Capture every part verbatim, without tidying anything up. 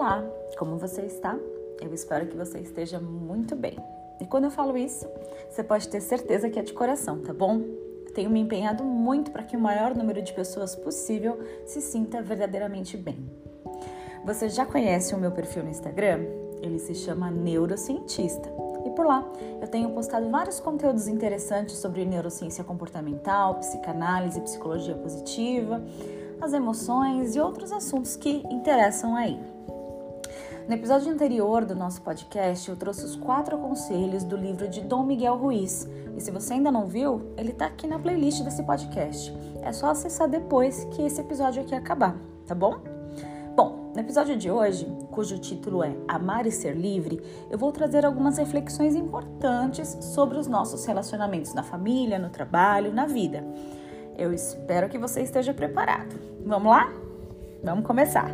Olá, como você está? Eu espero que você esteja muito bem. E quando eu falo isso, você pode ter certeza que é de coração, tá bom? Tenho me empenhado muito para que o maior número de pessoas possível se sinta verdadeiramente bem. Você já conhece o meu perfil no Instagram? Ele se chama Neurocientista. E por lá eu tenho postado vários conteúdos interessantes sobre neurociência comportamental, psicanálise, psicologia positiva, as emoções e outros assuntos que interessam aí. No episódio anterior do nosso podcast, eu trouxe os quatro conselhos do livro de Dom Miguel Ruiz. E se você ainda não viu, ele tá aqui na playlist desse podcast. É só acessar depois que esse episódio aqui acabar, tá bom? Bom, no episódio de hoje, cujo título é Amar e Ser Livre, eu vou trazer algumas reflexões importantes sobre os nossos relacionamentos na família, no trabalho, na vida. Eu espero que você esteja preparado. Vamos lá? Vamos começar!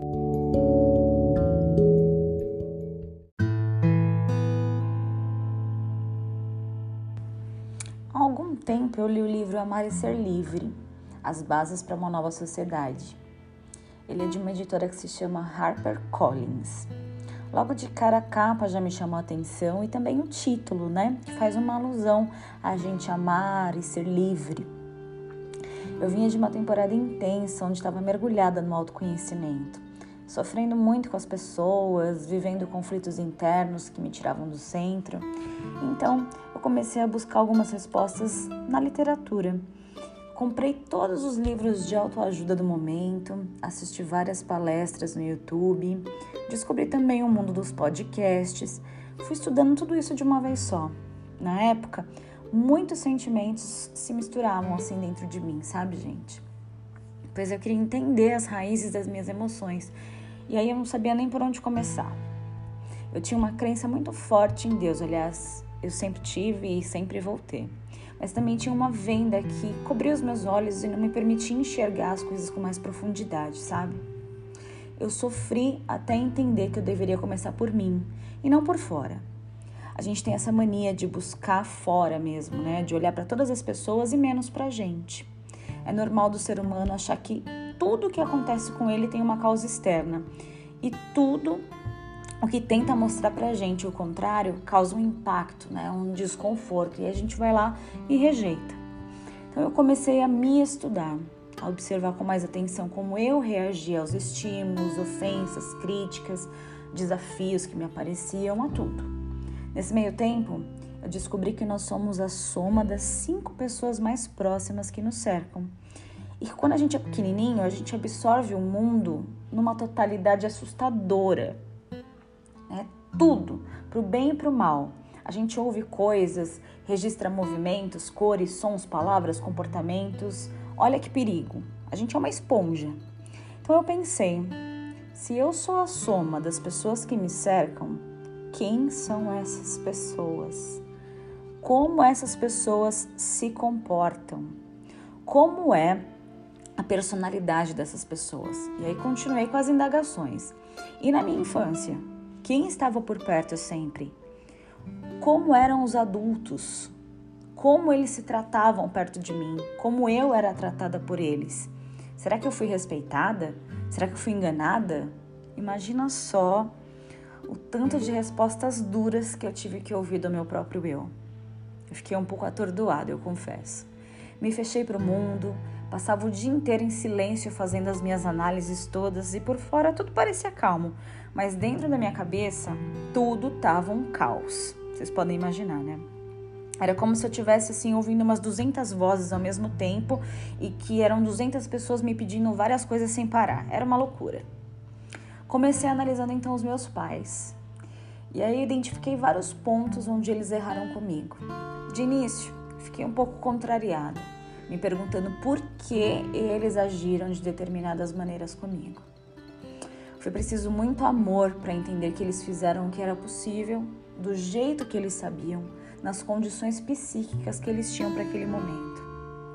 Há algum tempo eu li o livro Amar e Ser Livre, As Bases para uma Nova Sociedade. Ele é de uma editora que se chama HarperCollins. Logo de cara a capa já me chamou a atenção e também o título, né? Que faz uma alusão a gente amar e ser livre. Eu vinha de uma temporada intensa onde estava mergulhada no autoconhecimento, sofrendo muito com as pessoas, vivendo conflitos internos que me tiravam do centro. Então, eu comecei a buscar algumas respostas na literatura. Comprei todos os livros de autoajuda do momento, assisti várias palestras no YouTube, descobri também o mundo dos podcasts, fui estudando tudo isso de uma vez só. Na época, muitos sentimentos se misturavam assim dentro de mim, sabe, gente? Pois eu queria entender as raízes das minhas emoções, e aí eu não sabia nem por onde começar. Eu tinha uma crença muito forte em Deus, aliás, eu sempre tive e sempre vou ter. Mas também tinha uma venda que cobria os meus olhos e não me permitia enxergar as coisas com mais profundidade, sabe? Eu sofri até entender que eu deveria começar por mim e não por fora. A gente tem essa mania de buscar fora mesmo, né? De olhar para todas as pessoas e menos pra gente. É normal do ser humano achar que tudo que acontece com ele tem uma causa externa e tudo o que tenta mostrar pra gente o contrário causa um impacto, né? Um desconforto, e a gente vai lá e rejeita. Então eu comecei a me estudar, a observar com mais atenção como eu reagia aos estímulos, ofensas, críticas, desafios que me apareciam, a tudo. Nesse meio tempo, eu descobri que nós somos a soma das cinco pessoas mais próximas que nos cercam. E que quando a gente é pequenininho, a gente absorve o mundo numa totalidade assustadora. É tudo, pro bem e pro mal. A gente ouve coisas, registra movimentos, cores, sons, palavras, comportamentos. Olha que perigo. A gente é uma esponja. Então eu pensei, se eu sou a soma das pessoas que me cercam, quem são essas pessoas? Como essas pessoas se comportam? Como é a personalidade dessas pessoas? E aí continuei com as indagações. E na minha infância? Quem estava por perto sempre? Como eram os adultos? Como eles se tratavam perto de mim? Como eu era tratada por eles? Será que eu fui respeitada? Será que eu fui enganada? Imagina só o tanto de respostas duras que eu tive que ouvir do meu próprio eu. Eu fiquei um pouco atordoada, eu confesso. Me fechei para o mundo, passava o dia inteiro em silêncio fazendo as minhas análises todas e por fora tudo parecia calmo. Mas dentro da minha cabeça, tudo tava um caos. Vocês podem imaginar, né? Era como se eu estivesse, assim, ouvindo umas duzentas vozes ao mesmo tempo e que eram duzentas pessoas me pedindo várias coisas sem parar. Era uma loucura. Comecei analisando, então, os meus pais. E aí identifiquei vários pontos onde eles erraram comigo. De início, fiquei um pouco contrariada, me perguntando por que eles agiram de determinadas maneiras comigo. Foi preciso muito amor para entender que eles fizeram o que era possível, do jeito que eles sabiam, nas condições psíquicas que eles tinham para aquele momento.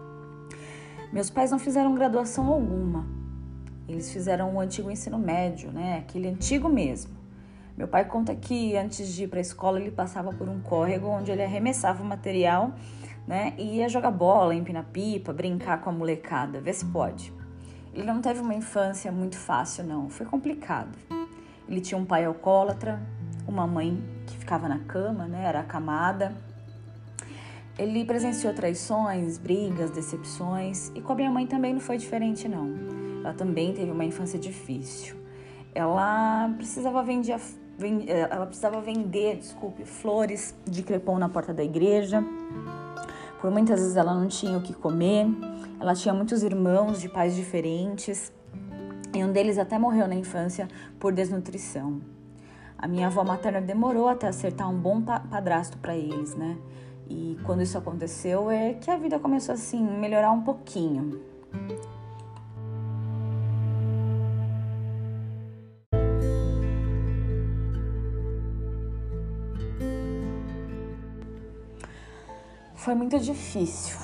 Meus pais não fizeram graduação alguma. Eles fizeram o antigo ensino médio, né? Aquele antigo mesmo. Meu pai conta que antes de ir para a escola ele passava por um córrego onde ele arremessava o material, né? E ia jogar bola, empinar pipa, brincar com a molecada, vê se pode. Ele não teve uma infância muito fácil, não. Foi complicado. Ele tinha um pai alcoólatra, uma mãe que ficava na cama, né, era acamada. Ele presenciou traições, brigas, decepções, e com a minha mãe também não foi diferente, não. Ela também teve uma infância difícil. Ela precisava vender, ela precisava vender, desculpe, flores de crepom na porta da igreja. Por muitas vezes ela não tinha o que comer. Ela tinha muitos irmãos de pais diferentes. E um deles até morreu na infância por desnutrição. A minha avó materna demorou até acertar um bom padrasto para eles, né? E quando isso aconteceu é que a vida começou assim a melhorar um pouquinho. Foi muito difícil,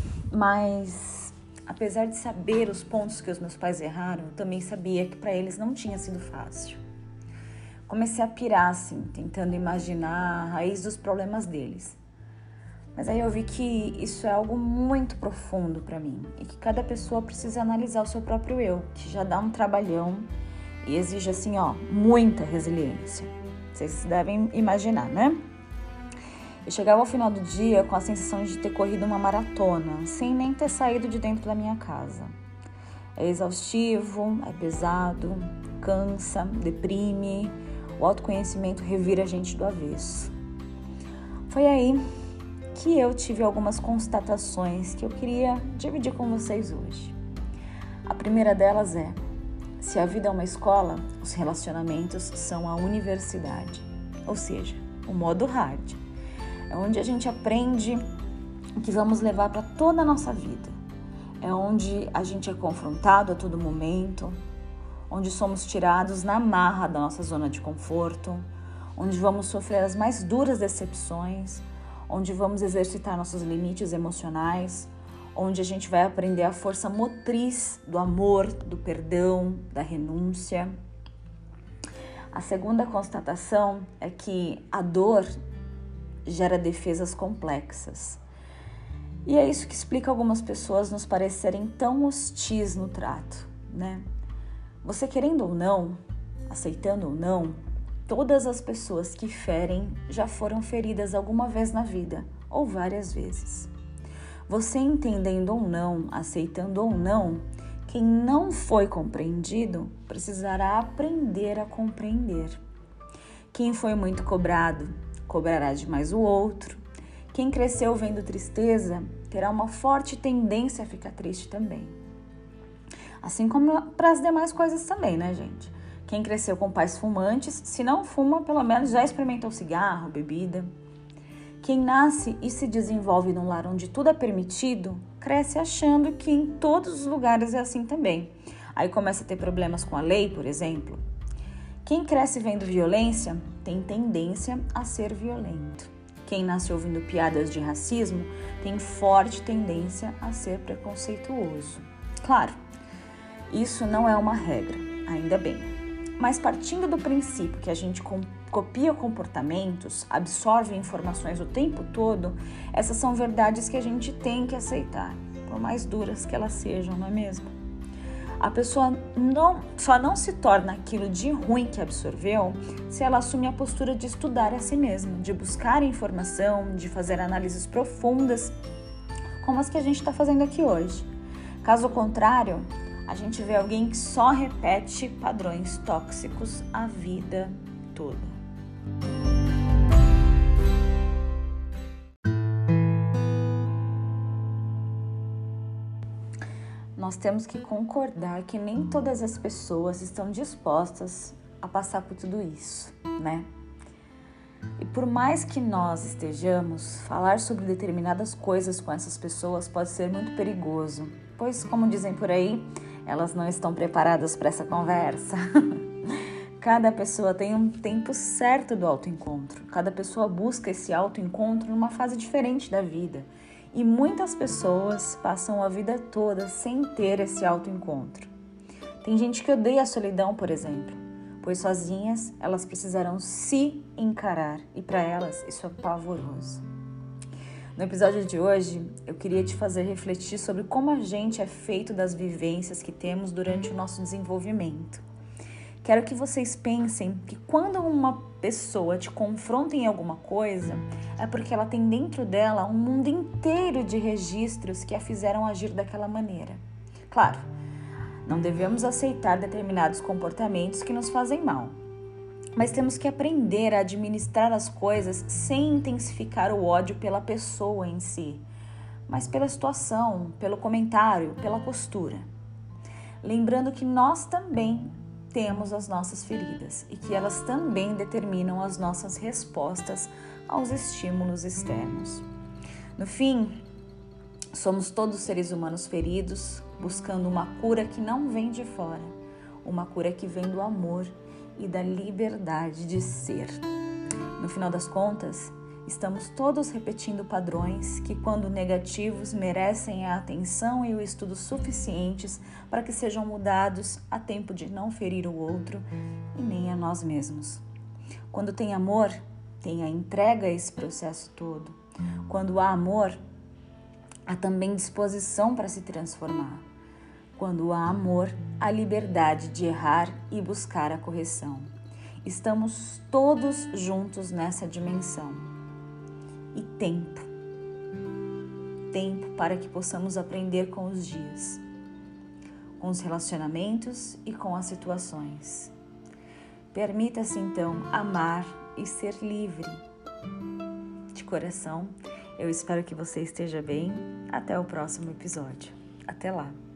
mas apesar de saber os pontos que os meus pais erraram, eu também sabia que para eles não tinha sido fácil. Comecei a pirar, assim, tentando imaginar a raiz dos problemas deles. Mas aí eu vi que isso é algo muito profundo para mim e que cada pessoa precisa analisar o seu próprio eu, que já dá um trabalhão e exige, assim, ó, muita resiliência. Vocês devem imaginar, né? Eu chegava ao final do dia com a sensação de ter corrido uma maratona, sem nem ter saído de dentro da minha casa. É exaustivo, é pesado, cansa, deprime, o autoconhecimento revira a gente do avesso. Foi aí que eu tive algumas constatações que eu queria dividir com vocês hoje. A primeira delas é: se a vida é uma escola, os relacionamentos são a universidade, ou seja, o modo hard. É onde a gente aprende o que vamos levar para toda a nossa vida. É onde a gente é confrontado a todo momento, onde somos tirados na marra da nossa zona de conforto, onde vamos sofrer as mais duras decepções, onde vamos exercitar nossos limites emocionais, onde a gente vai aprender a força motriz do amor, do perdão, da renúncia. A segunda constatação é que a dor gera defesas complexas. E é isso que explica algumas pessoas nos parecerem tão hostis no trato, né? Você querendo ou não, aceitando ou não, todas as pessoas que ferem já foram feridas alguma vez na vida, ou várias vezes. Você entendendo ou não, aceitando ou não, quem não foi compreendido precisará aprender a compreender. Quem foi muito cobrado, cobrará demais o outro. Quem cresceu vendo tristeza terá uma forte tendência a ficar triste também. Assim como para as demais coisas também, né, gente? Quem cresceu com pais fumantes, se não fuma, pelo menos já experimentou cigarro, bebida. Quem nasce e se desenvolve num lar onde tudo é permitido, cresce achando que em todos os lugares é assim também. Aí começa a ter problemas com a lei, por exemplo. Quem cresce vendo violência tem tendência a ser violento. Quem nasce ouvindo piadas de racismo tem forte tendência a ser preconceituoso. Claro, isso não é uma regra, ainda bem. Mas partindo do princípio que a gente copia comportamentos, absorve informações o tempo todo, essas são verdades que a gente tem que aceitar, por mais duras que elas sejam, não é mesmo? A pessoa não, só não se torna aquilo de ruim que absorveu se ela assume a postura de estudar a si mesma, de buscar informação, de fazer análises profundas, como as que a gente está fazendo aqui hoje. Caso contrário, a gente vê alguém que só repete padrões tóxicos a vida toda. Nós temos que concordar que nem todas as pessoas estão dispostas a passar por tudo isso, né? E por mais que nós estejamos, falar sobre determinadas coisas com essas pessoas pode ser muito perigoso, pois, como dizem por aí, elas não estão preparadas para essa conversa. Cada pessoa tem um tempo certo do autoencontro. Cada pessoa busca esse autoencontro numa fase diferente da vida. E muitas pessoas passam a vida toda sem ter esse autoencontro. Tem gente que odeia a solidão, por exemplo, pois sozinhas elas precisarão se encarar e para elas isso é pavoroso. No episódio de hoje, eu queria te fazer refletir sobre como a gente é feito das vivências que temos durante o nosso desenvolvimento. Quero que vocês pensem que quando uma pessoa te confronta em alguma coisa, é porque ela tem dentro dela um mundo inteiro de registros que a fizeram agir daquela maneira. Claro, não devemos aceitar determinados comportamentos que nos fazem mal, mas temos que aprender a administrar as coisas sem intensificar o ódio pela pessoa em si, mas pela situação, pelo comentário, pela postura. Lembrando que nós também temos as nossas feridas e que elas também determinam as nossas respostas aos estímulos externos. No fim, somos todos seres humanos feridos, buscando uma cura que não vem de fora, uma cura que vem do amor e da liberdade de ser. No final das contas, estamos todos repetindo padrões que, quando negativos, merecem a atenção e o estudo suficientes para que sejam mudados a tempo de não ferir o outro e nem a nós mesmos. Quando tem amor, tem a entrega a esse processo todo. Quando há amor, há também disposição para se transformar. Quando há amor, há liberdade de errar e buscar a correção. Estamos todos juntos nessa dimensão. E tempo. Tempo para que possamos aprender com os dias, com os relacionamentos e com as situações. Permita-se então amar e ser livre. De coração, eu espero que você esteja bem. Até o próximo episódio. Até lá!